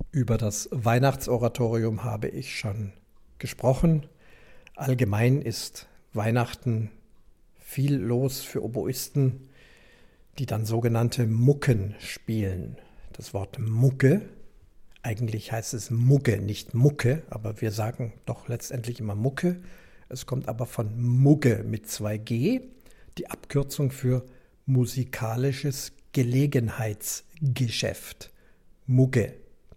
Über das Weihnachtsoratorium habe ich schon gesprochen. Allgemein ist Weihnachten viel los für Oboisten, die dann sogenannte Mucken spielen. Das Wort Mucke, eigentlich heißt es Mugge, nicht Mucke, aber wir sagen doch letztendlich immer Mucke. Es kommt aber von Mugge mit 2G, die Abkürzung für musikalisches Gelegenheitsgeschäft. Mugge.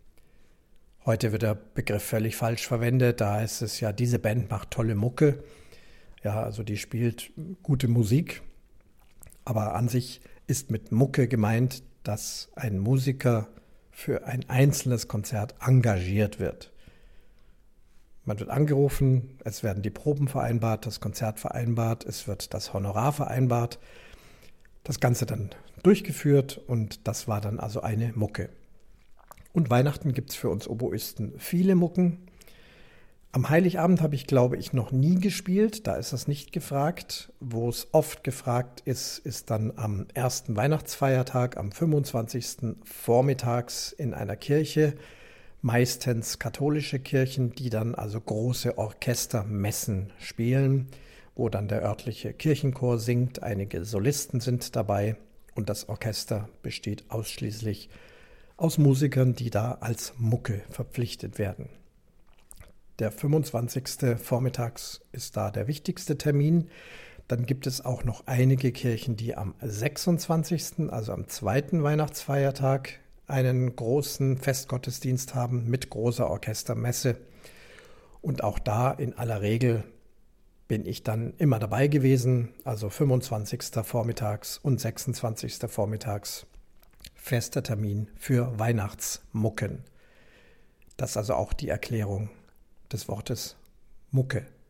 Heute wird der Begriff völlig falsch verwendet, da ist es ja, diese Band macht tolle Mucke. Ja, also die spielt gute Musik, aber an sich ist mit Mucke gemeint, dass ein Musiker für ein einzelnes Konzert engagiert wird. Man wird angerufen, es werden die Proben vereinbart, das Konzert vereinbart, es wird das Honorar vereinbart, das Ganze dann durchgeführt und das war dann also eine Mucke. Und Weihnachten gibt es für uns Oboisten viele Mucken. Am Heiligabend habe ich, glaube ich, noch nie gespielt, da ist das nicht gefragt. Wo es oft gefragt ist, ist dann am ersten Weihnachtsfeiertag, am 25. vormittags in einer Kirche, meistens katholische Kirchen, die dann also große Orchestermessen spielen, wo dann der örtliche Kirchenchor singt, einige Solisten sind dabei und das Orchester besteht ausschließlich aus Musikern, die da als Mucke verpflichtet werden. Der 25. vormittags ist da der wichtigste Termin. Dann gibt es auch noch einige Kirchen, die am 26., also am zweiten Weihnachtsfeiertag, einen großen Festgottesdienst haben mit großer Orchestermesse. Und auch da in aller Regel bin ich dann immer dabei gewesen, also 25. vormittags und 26. vormittags. Fester Termin für Weihnachtsmucken. Das ist also auch die Erklärung des Wortes Mucke.